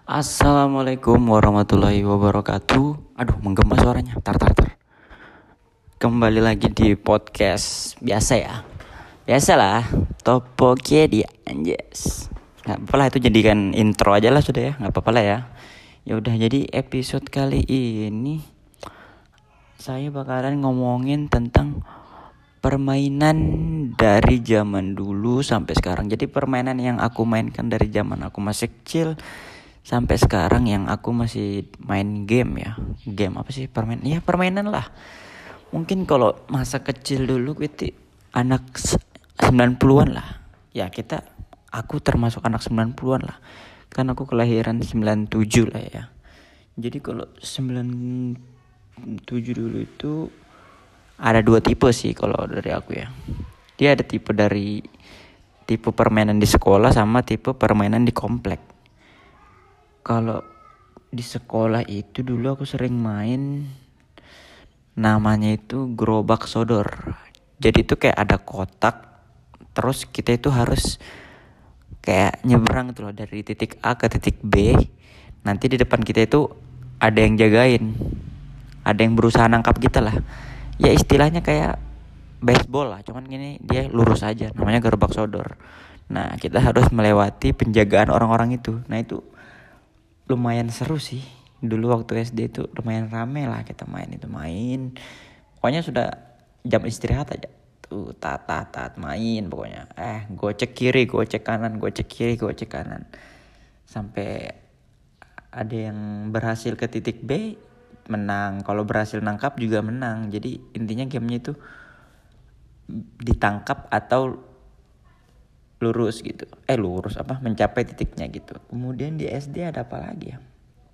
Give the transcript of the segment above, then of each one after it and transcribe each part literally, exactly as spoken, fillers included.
Assalamualaikum warahmatullahi wabarakatuh. Aduh, menggema suaranya. Tar tar tar. Kembali lagi di podcast biasa ya. Biasalah, Topokedia anjes. Enggak apa-apa lah, itu jadikan intro aja lah sudah ya. Enggak apa-apa lah ya. Ya udah, jadi episode kali ini saya bakalan ngomongin tentang permainan dari zaman dulu sampai sekarang. Jadi permainan yang aku mainkan dari zaman aku masih kecil sampai sekarang, yang aku masih main game ya. Game apa sih? Permainan. Ya permainan lah. Mungkin kalau masa kecil dulu kita anak sembilan puluhan lah. Ya kita aku termasuk anak sembilan puluhan lah. Kan aku kelahiran sembilan tujuh lah ya. Jadi kalau sembilan tujuh dulu itu ada dua tipe sih kalau dari aku ya. Dia ada tipe dari tipe permainan di sekolah sama tipe permainan di komplek. Kalau di sekolah itu dulu aku sering main, namanya itu gerobak sodor. Jadi itu kayak ada kotak, terus kita itu harus kayak nyebrang tuh loh dari titik A ke titik B. Nanti di depan kita itu ada yang jagain, ada yang berusaha nangkap kita lah. Ya istilahnya kayak baseball lah, cuman gini dia lurus aja, namanya gerobak sodor. Nah kita harus melewati penjagaan orang-orang itu. Nah itu lumayan seru sih. Dulu waktu S D itu lumayan rame lah kita main itu main. Pokoknya sudah jam istirahat aja tuh tat tat tat main pokoknya. Eh gocek kiri, gocek kanan, gocek kiri, gocek kanan. Sampai ada yang berhasil ke titik B menang. Kalau berhasil nangkap juga menang. Jadi intinya gamenya itu ditangkap atau lurus gitu. Eh lurus apa? Mencapai titiknya gitu. Kemudian di S D ada apa lagi ya?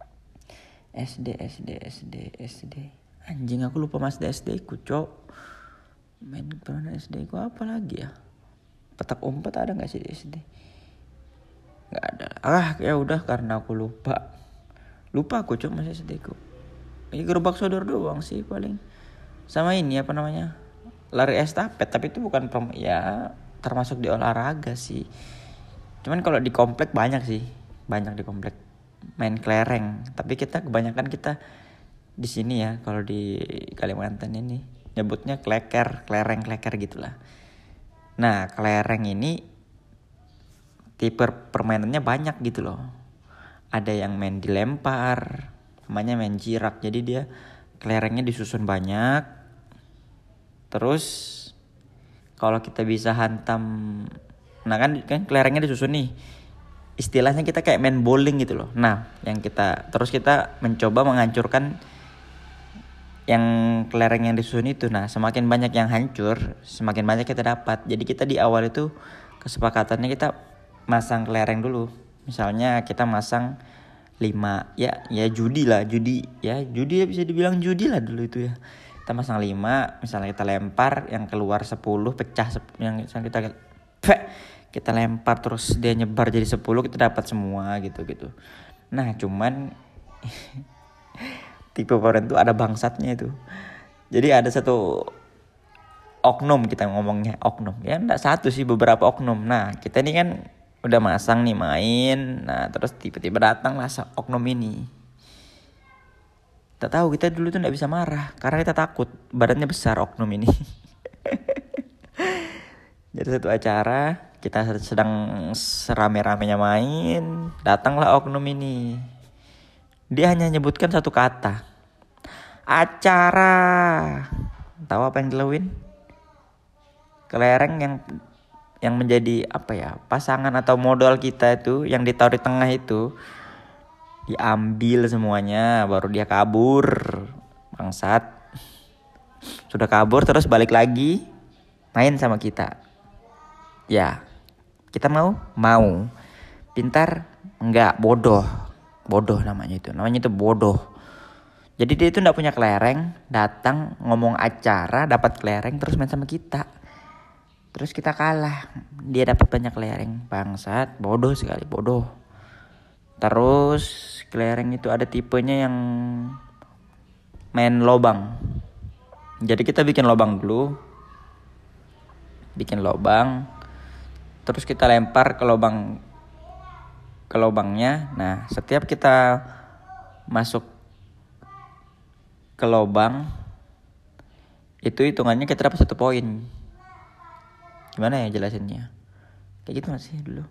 S D, S D, S D, S D. Anjing aku lupa mas S D ku, cok. Main pernah S D ku apa lagi ya? Petak umpet ada enggak sih di S D? Enggak ada. Ah, ya udah karena aku lupa. Lupa aku, cok, mas S D ku. Ini gerobak sodor doang sih paling. Sama ini apa namanya? Lari estafet, tapi itu bukan pem- ya termasuk di olahraga sih. Cuman kalau di komplek banyak sih, banyak di komplek main kelereng. Tapi kita kebanyakan kita di sini ya, kalau di Kalimantan ini nyebutnya kleker, kelereng, kleker gitulah. Nah kelereng ini tipe permainannya banyak gitu loh. Ada yang main dilempar, namanya main jirak. Jadi dia kelerengnya disusun banyak. Terus kalau kita bisa hantam, nah kan kan kelerengnya disusun nih. Istilahnya kita kayak main bowling gitu loh. Nah, yang kita terus kita mencoba menghancurkan yang kelereng yang disusun itu. Nah, semakin banyak yang hancur, semakin banyak kita dapat. Jadi kita di awal itu kesepakatannya kita masang kelereng dulu. Misalnya kita masang lima, ya ya judi lah, judi ya, judi ya bisa dibilang judi lah dulu itu ya. Kita masang lima, misalnya kita lempar yang keluar sepuluh, pecah yang misalnya kita kita lempar terus dia nyebar jadi sepuluh, kita dapat semua gitu-gitu. Nah, cuman tipe foreign tuh ada bangsatnya itu. Jadi ada satu oknum, kita ngomongnya oknum. Ya enggak satu sih, beberapa oknum. Nah, kita ini kan udah masang nih main. Nah, terus tiba-tiba datang lah oknum ini. Tak tahu, kita dulu tuh enggak bisa marah karena kita takut, badannya besar oknum ini. Jadi satu acara kita sedang serame-ramenya main, datanglah oknum ini. Dia hanya menyebutkan satu kata, acara. Tahu apa yang dilakuin? Kelereng yang yang menjadi apa ya, pasangan atau modal kita itu yang ditaruh di tengah itu diambil semuanya, baru dia kabur. Bangsat. Sudah kabur terus balik lagi main sama kita. Ya, kita mau? Mau. Pintar? Enggak, bodoh. Bodoh namanya itu. Namanya itu bodoh. Jadi dia itu enggak punya kelereng, datang ngomong acara, dapat kelereng terus main sama kita. Terus kita kalah. Dia dapat banyak kelereng. Bangsat, bodoh sekali, bodoh. Terus kelereng itu ada tipenya yang main lobang. Jadi kita bikin lobang dulu. Bikin lobang. Terus kita lempar ke lobang ke lubangnya. Nah, setiap kita masuk ke lubang itu hitungannya kita dapat satu poin. Gimana ya jelasinnya? Kayak gitu masih dulu.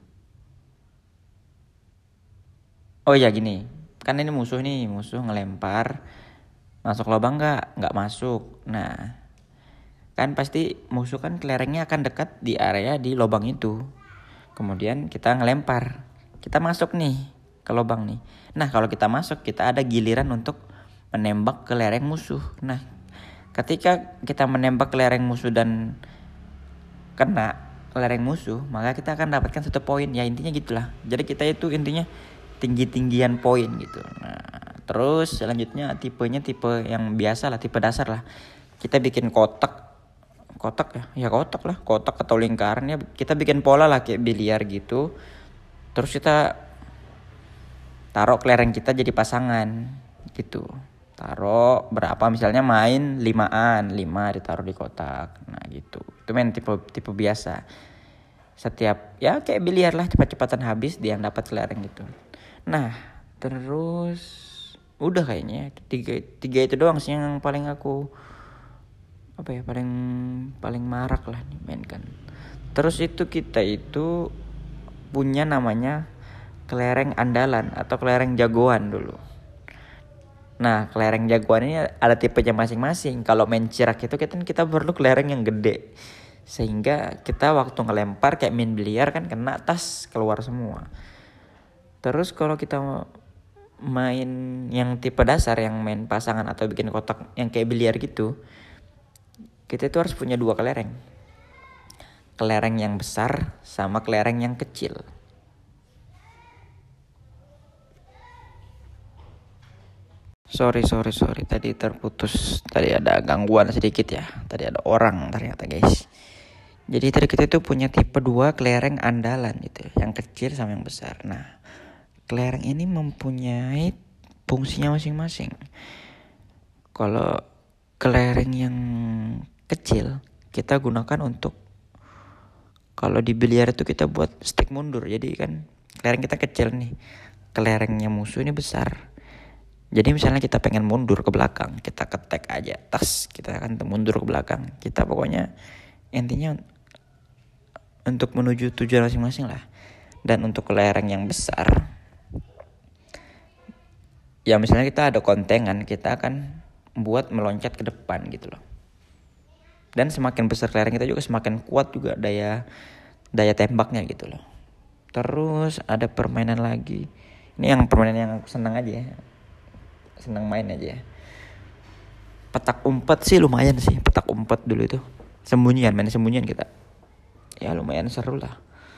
Oh ya gini, kan ini musuh nih, musuh ngelempar, masuk lubang nggak? Nggak masuk. Nah, kan pasti musuh kan kelerengnya akan dekat di area di lubang itu. Kemudian kita ngelempar, kita masuk nih ke lubang nih. Nah, kalau kita masuk, kita ada giliran untuk menembak ke lereng musuh. Nah, ketika kita menembak ke lereng musuh dan kena lereng musuh, maka kita akan dapatkan satu poin. Ya intinya gitulah. Jadi kita itu intinya tinggi-tinggian poin gitu. Nah, terus selanjutnya tipenya tipe yang biasa lah, tipe dasar lah. Kita bikin kotak. Kotak ya, ya kotak lah, kotak atau lingkaran ya. Kita bikin pola lah kayak biliar gitu. Terus kita taruh kelereng kita jadi pasangan gitu. Taruh berapa, misalnya main limaan, lima ditaruh di kotak. Nah gitu. Itu main tipe tipe biasa. Setiap ya kayak biliar lah, cepat-cepatan habis dia yang dapat kelereng gitu. Nah, terus udah kayaknya tiga tiga itu doang sih yang paling aku apa ya paling paling marak lah nih mainkan. Terus itu kita itu punya namanya kelereng andalan atau kelereng jagoan dulu. Nah, kelereng jagoan ini ada tipenya masing-masing. Kalau main cirak itu kita kita perlu kelereng yang gede, sehingga kita waktu ngelempar kayak main biliar kan kena tas keluar semua. Terus kalau kita main yang tipe dasar yang main pasangan atau bikin kotak yang kayak biliar gitu, kita itu harus punya dua kelereng. Kelereng yang besar sama kelereng yang kecil. Sorry, sorry, sorry. Tadi terputus. Tadi ada gangguan sedikit ya. Tadi ada orang ternyata guys. Jadi tadi kita itu punya tipe dua kelereng andalan gitu. Yang kecil sama yang besar. Nah, kelereng ini mempunyai fungsinya masing-masing. Kalau kelereng yang kecil kita gunakan untuk, kalau di biliar itu kita buat stick mundur. Jadi kan kelereng kita kecil nih, kelerengnya musuh ini besar. Jadi misalnya kita pengen mundur ke belakang, kita ketek aja tas, kita akan mundur ke belakang. Kita pokoknya intinya untuk menuju tujuan masing-masing lah. Dan untuk kelereng yang besar, ya misalnya kita ada kontengan, kita akan buat meloncat ke depan gitu loh. Dan semakin besar kelereng kita juga semakin kuat juga daya daya tembaknya gitu loh. Terus ada permainan lagi. Ini yang permainan yang aku senang aja ya. Senang main aja ya. Petak umpet sih lumayan sih. Petak umpet dulu itu sembunyian, main sembunyian kita. Ya lumayan seru lah.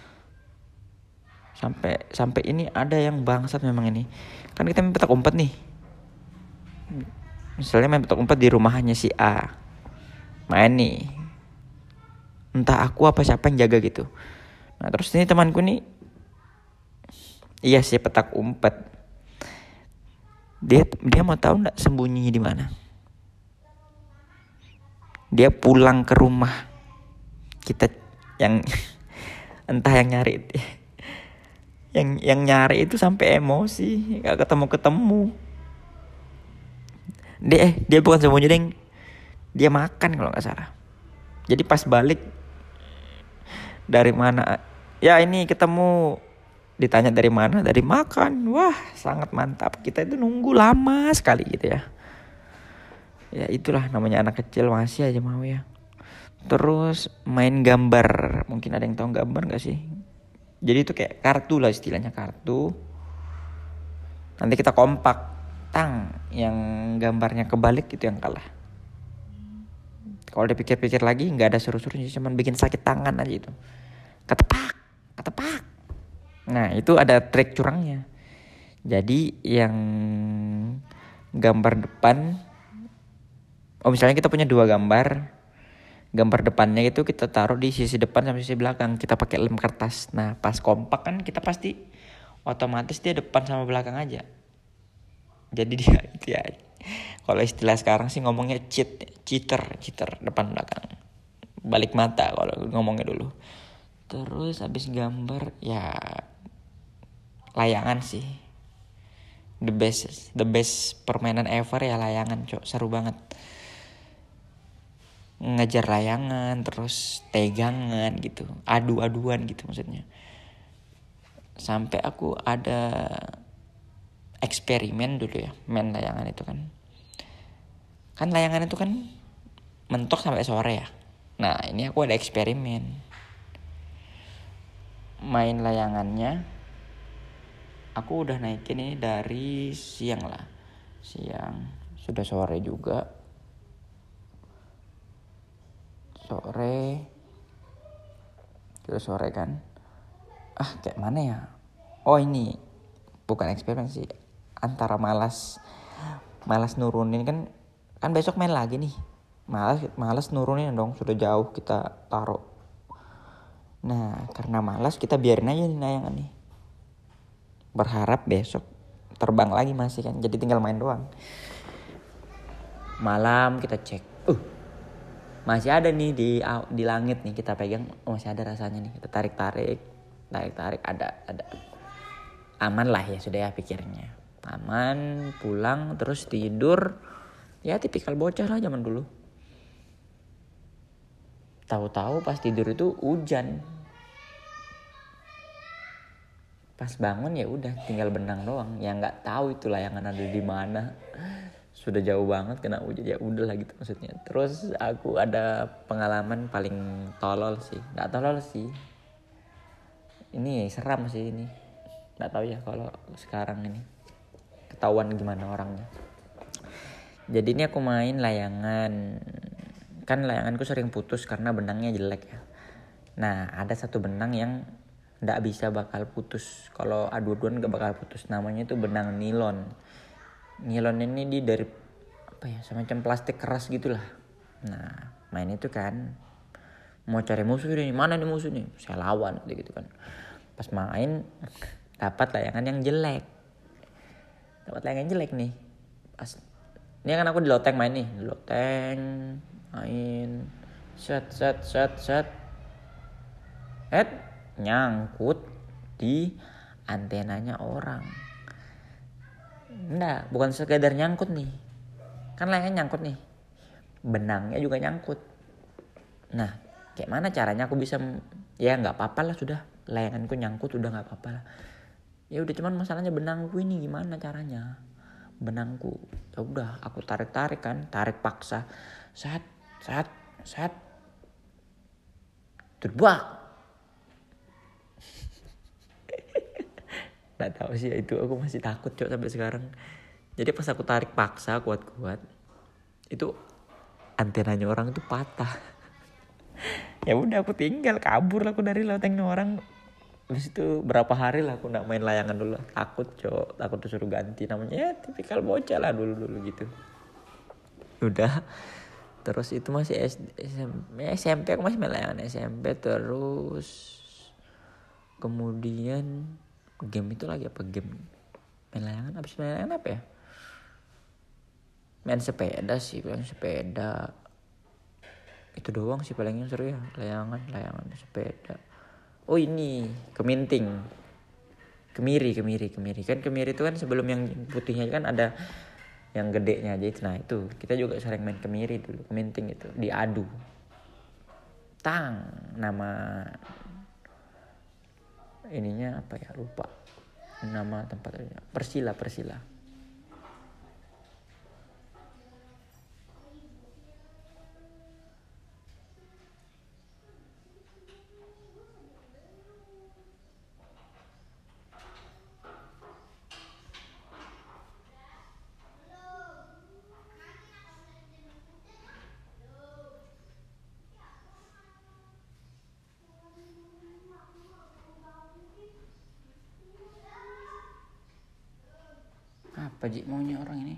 Sampai sampai ini ada yang bangsat memang ini. Kan kita main petak umpet nih. Misalnya main petak umpet di rumahnya si A. Main nih. Entah aku apa siapa yang jaga gitu. Nah terus ini temanku nih, iya sih petak umpet. Dia dia mau tahu nggak sembunyi di mana? Dia pulang ke rumah kita yang entah yang nyari, yang yang nyari itu sampai emosi, nggak ketemu ketemu. Dia eh, dia bukan sembunyi deng, dia makan kalau nggak salah. Jadi pas balik dari mana? Ya ini ketemu. Ditanya dari mana? Dari makan. Wah, sangat mantap. Kita itu nunggu lama sekali gitu ya. Ya itulah namanya anak kecil, masih aja mau ya. Terus main gambar. Mungkin ada yang tahu gambar gak sih? Jadi itu kayak kartu lah istilahnya, kartu. Nanti kita kompak. Tang, yang gambarnya kebalik itu yang kalah. Kalau dipikir-pikir lagi gak ada seru-serunya, cuman bikin sakit tangan aja itu. Ketepak, ketepak. Nah itu ada trik curangnya. Jadi yang gambar depan, oh misalnya kita punya dua gambar, gambar depannya itu kita taruh di sisi depan sama sisi belakang, kita pakai lem kertas. Nah pas kompak kan kita pasti otomatis dia depan sama belakang aja. Jadi dia itu ya, kalau istilah sekarang sih ngomongnya cheat, cheater, cheater depan belakang, balik mata kalau ngomongnya dulu. Terus habis gambar ya layangan sih. The best, the best permainan ever ya layangan, cok. Seru banget. Ngejar layangan, terus tegangan gitu, adu-aduan gitu maksudnya. Sampai aku ada eksperimen dulu ya, main layangan itu kan. Kan layangan itu kan mentok sampai sore ya. Nah ini aku ada eksperimen. Main layangannya, aku udah naikin ini dari siang lah. Siang, sudah sore juga. Sore, sudah sore kan. Ah kayak mana ya? Oh ini, bukan eksperimen sih. Antara malas, malas nurunin kan. Kan besok main lagi nih. Malas, malas nurunin dong. Sudah jauh kita taruh. Nah karena malas kita biarin aja nih layangan nih. Berharap besok terbang lagi masih kan. Jadi tinggal main doang. Malam kita cek. Uh, masih ada nih di di langit nih kita pegang. Oh, masih ada rasanya nih. Kita tarik-tarik. Tarik-tarik ada. ada. Aman lah ya sudah ya pikirnya. Aman, pulang terus tidur. Ya tipikal bocah lah zaman dulu. Tahu-tahu pas tidur itu hujan. Pas bangun ya udah tinggal benang doang. Ya nggak tahu itu layangan ada di mana. Sudah jauh banget kena hujan ya udah lah gitu maksudnya. Terus aku ada pengalaman paling tolol sih. Nggak tolol sih. Ini seram sih ini. Nggak tahu ya kalau sekarang ini ketahuan gimana orangnya. Jadi ini aku main layangan. Kan layanganku sering putus karena benangnya jelek ya. Nah ada satu benang yang gak bisa bakal putus. Kalau adu-aduan gak bakal putus. Namanya itu benang nilon. Nilon ini di dari apa ya, semacam plastik keras gitulah. Nah main itu kan mau cari musuh nih. Mana nih musuh nih? Saya lawan gitu kan. Pas main dapat layangan yang jelek. Dapat layangan jelek nih. Pas ini kan aku di loteng main nih, di loteng main, set set set set, et nyangkut di antenanya orang. Enggak, bukan sekedar nyangkut nih, kan layangan nyangkut nih, benangnya juga nyangkut. Nah, kayak mana caranya aku bisa, ya nggak apa-apa lah sudah, layanganku nyangkut udah nggak apa-apa lah. Ya udah cuman masalahnya benangku ini gimana caranya? Benangku ya udah aku tarik-tarik kan, tarik paksa, sat sat sat terbang. Nggak tahu sih itu, aku masih takut cok sampai sekarang. Jadi pas aku tarik paksa kuat-kuat itu antenanya orang itu patah. Ya udah aku tinggal kabur aku dari lotengnya orang. Habis itu berapa hari lah aku gak main layangan dulu. Takut cok, takut disuruh ganti. Namanya ya tipikal bocah lah dulu-dulu gitu. Udah. Terus itu masih S D, S M P aku masih main layangan S M P. Terus kemudian game itu lagi apa game? Main layangan, abis main layangan apa ya? Main sepeda sih, main sepeda. Itu doang sih paling yang seru ya. Layangan, layangan, sepeda. Oh ini keminting, kemiri, kemiri, kemiri kan kemiri itu kan sebelum yang putihnya kan ada yang gedenya aja itu. Nah itu kita juga sering main kemiri dulu, keminting itu diadu. Tang nama ininya apa ya lupa nama tempatnya, Persila Persila. Apa Ji maunya orang ini?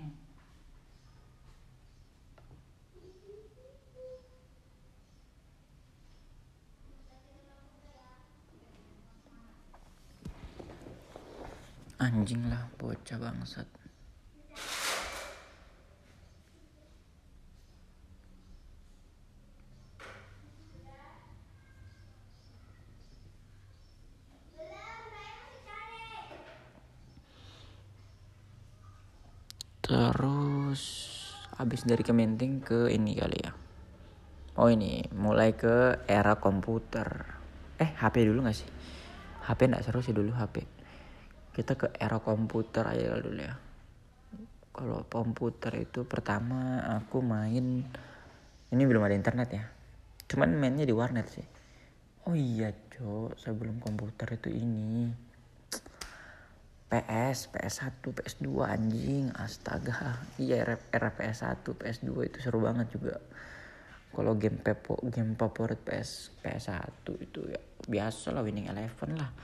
Anjing lah, bocah bangsat. Terus habis dari Kementing ke ini kali ya. Oh ini mulai ke era komputer. Eh H P dulu gak sih? H P gak seru sih dulu H P. Kita ke era komputer aja dulu ya. Kalau komputer itu pertama aku main, ini belum ada internet ya, cuman mainnya di warnet sih. Oh iya cok, sebelum komputer itu ini P S, P S satu, P S dua anjing, astaga. Iya era, era P S satu, P S dua itu seru banget juga. Kalau game pepo, game favorit P S P S satu itu ya biasa lah, Winning Eleven lah.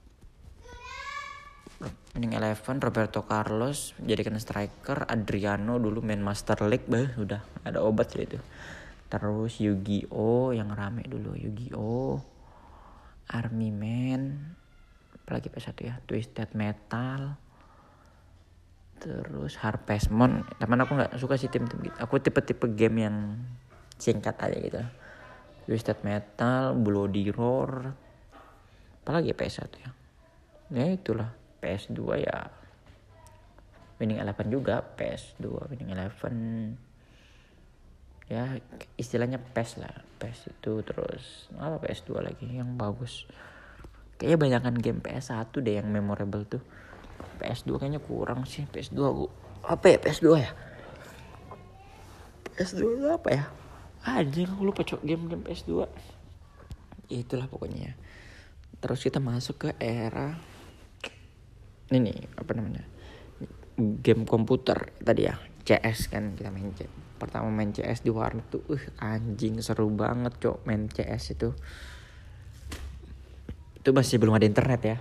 Winning Eleven, Roberto Carlos jadikan striker, Adriano dulu main Master League, bah udah ada obat sih itu. Terus Yu-Gi-Oh yang rame dulu, Yu-Gi-Oh, Army Man, apalagi P S satu ya, Twisted Metal, terus Harvest Moon. Teman aku nggak suka sih tim-tim gitu. Aku tipe-tipe game yang singkat aja gitu. Twisted Metal, Bloody Roar, apalagi P S satu ya. Ya itulah. P S dua ya Winning Eleven juga, P S dua Winning Eleven. Ya istilahnya P E S lah, P E S itu. Terus apa P S dua lagi yang bagus? Kayaknya banyakan game P S satu deh yang memorable tuh. P S dua kayaknya kurang sih. P S dua gua apa ya? P S dua ya? P S dua itu apa ya? Anjing aku lupa cok game-game P S dua. Ya, itulah pokoknya. Terus kita masuk ke era ini nih, apa namanya? Game komputer tadi ya, C S kan kita main C S. Pertama main C S di warnet tuh, uh anjing seru banget cok main C S itu. Itu masih belum ada internet ya.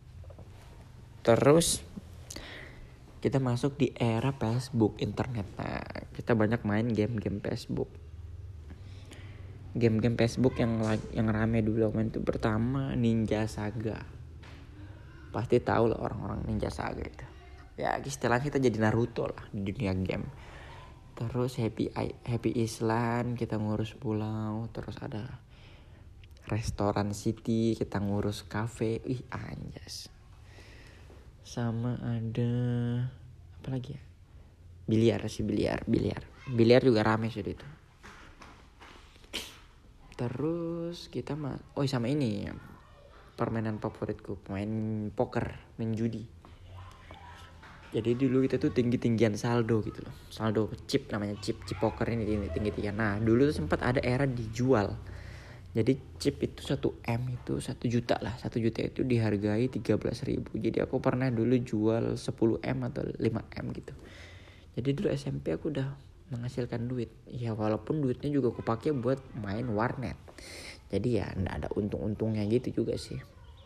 Terus kita masuk di era Facebook, internet. Nah, kita banyak main game-game Facebook. Game-game Facebook yang yang rame dulu main itu pertama Ninja Saga. Pasti tahu lah orang-orang Ninja Saga itu. Ya istilahnya kita jadi Naruto lah di dunia game. Terus Happy Happy Island, kita ngurus pulau. Terus ada Restoran City, kita ngurus cafe. Ih anjas. Sama ada apa lagi ya? Biliar sih, biliar, biliar. Biliar juga rame sih itu. Terus kita mah oh sama ini permainan favoritku, main poker, main judi. Jadi dulu kita tuh tinggi-tinggian saldo gitu loh. Saldo chip namanya, chip chip poker ini, ini tinggi-tinggian. Nah, dulu tuh sempat ada era dijual. Jadi chip itu satu M itu satu juta lah. satu juta itu dihargai tiga belas ribu. Jadi aku pernah dulu jual sepuluh M atau lima M gitu. Jadi dulu S M P aku udah menghasilkan duit. Ya walaupun duitnya juga aku pakai buat main warnet. Jadi ya enggak ada untung-untungnya gitu juga sih.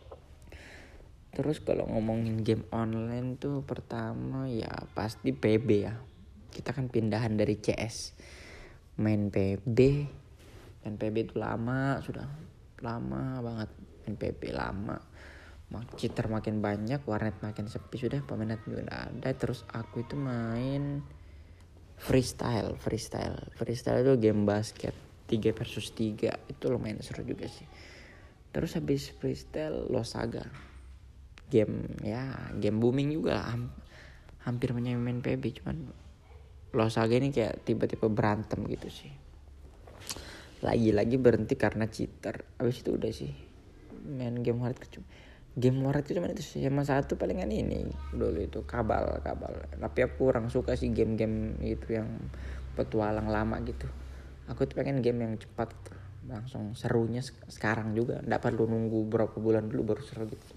Terus kalau ngomongin game online tuh pertama ya pasti P B ya. Kita kan pindahan dari C S. Main P B. Main P B itu lama, sudah lama banget. Main P B lama. Cheater makin banyak, warnet makin sepi, sudah peminat juga enggak ada. Terus aku itu main freestyle, freestyle. Freestyle itu game basket tiga versus tiga, itu lumayan seru juga sih. Terus habis freestyle Lost Saga, game ya game booming juga lah, hampir menyamain P B, cuman Lost Saga ini kayak tiba-tiba berantem gitu sih. Lagi-lagi berhenti karena cheater. Habis itu udah sih main game warnet kecil. Game warnet itu cuman itu sih, sama satu palingan ini dulu itu kabal kabal. Tapi aku kurang suka sih game-game itu yang petualang lama gitu. Aku tuh pengen game yang cepat gitu, langsung serunya sekarang juga, nggak perlu nunggu berapa bulan dulu baru seru gitu.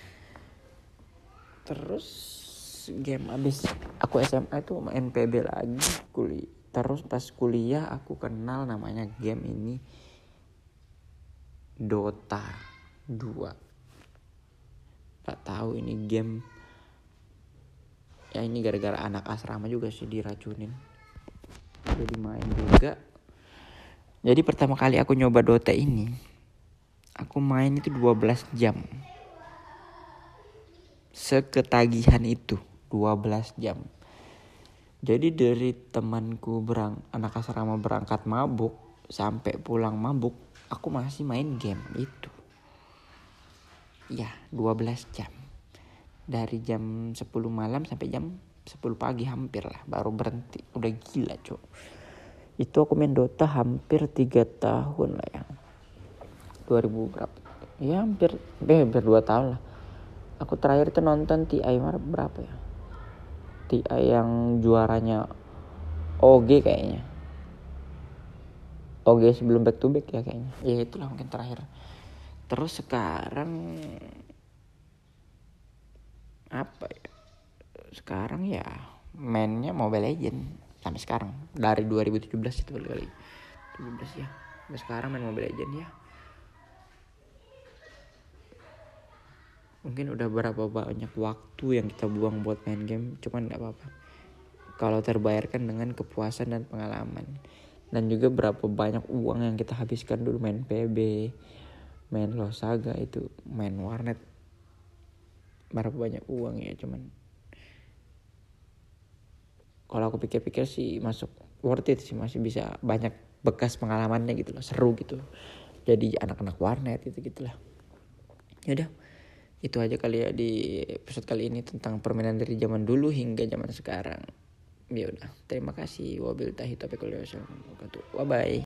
Terus game abis aku S M A itu main P B lagi, kuliah. Terus pas kuliah aku kenal namanya game ini, Dota dua. Gak tahu ini game ya, ini gara-gara anak asrama juga sih diracunin, jadi main juga. Jadi pertama kali aku nyoba Dota ini, aku main itu dua belas jam. Seketagihan itu dua belas jam. Jadi dari temanku berang, anak asrama berangkat mabuk sampai pulang mabuk, aku masih main game itu. Ya, dua belas jam. Dari jam sepuluh malam sampai jam sepuluh pagi hampir lah baru berhenti. Udah gila cok. Itu aku main Dota hampir tiga tahun lah ya. dua ribu berapa? Ya hampir eh, hampir dua tahun lah. Aku terakhir itu nonton T I berapa ya? T I yang juaranya O G kayaknya. O G sebelum back to back ya kayaknya. Ya itulah mungkin terakhir. Terus sekarang apa ya? Sekarang ya mainnya Mobile Legends sampai sekarang. Dari dua ribu tujuh belas itu kali. tujuh belas ya. Sampai sekarang main Mobile Legends ya. Mungkin udah berapa banyak waktu yang kita buang buat main game, cuman gak apa-apa kalau terbayarkan dengan kepuasan dan pengalaman. Dan juga berapa banyak uang yang kita habiskan dulu main P B, main Losaga itu, main warnet. Berapa banyak uang ya, cuman kalau aku pikir-pikir sih masuk worth it sih, masih bisa banyak bekas pengalamannya gitu loh, seru gitu. Jadi anak-anak warnet itu gitulah. Yaudah, itu aja kali ya di episode kali ini tentang permainan dari zaman dulu hingga zaman sekarang. Ya udah, terima kasih. Wabillahi taufiq wal hidayah. Bye bye.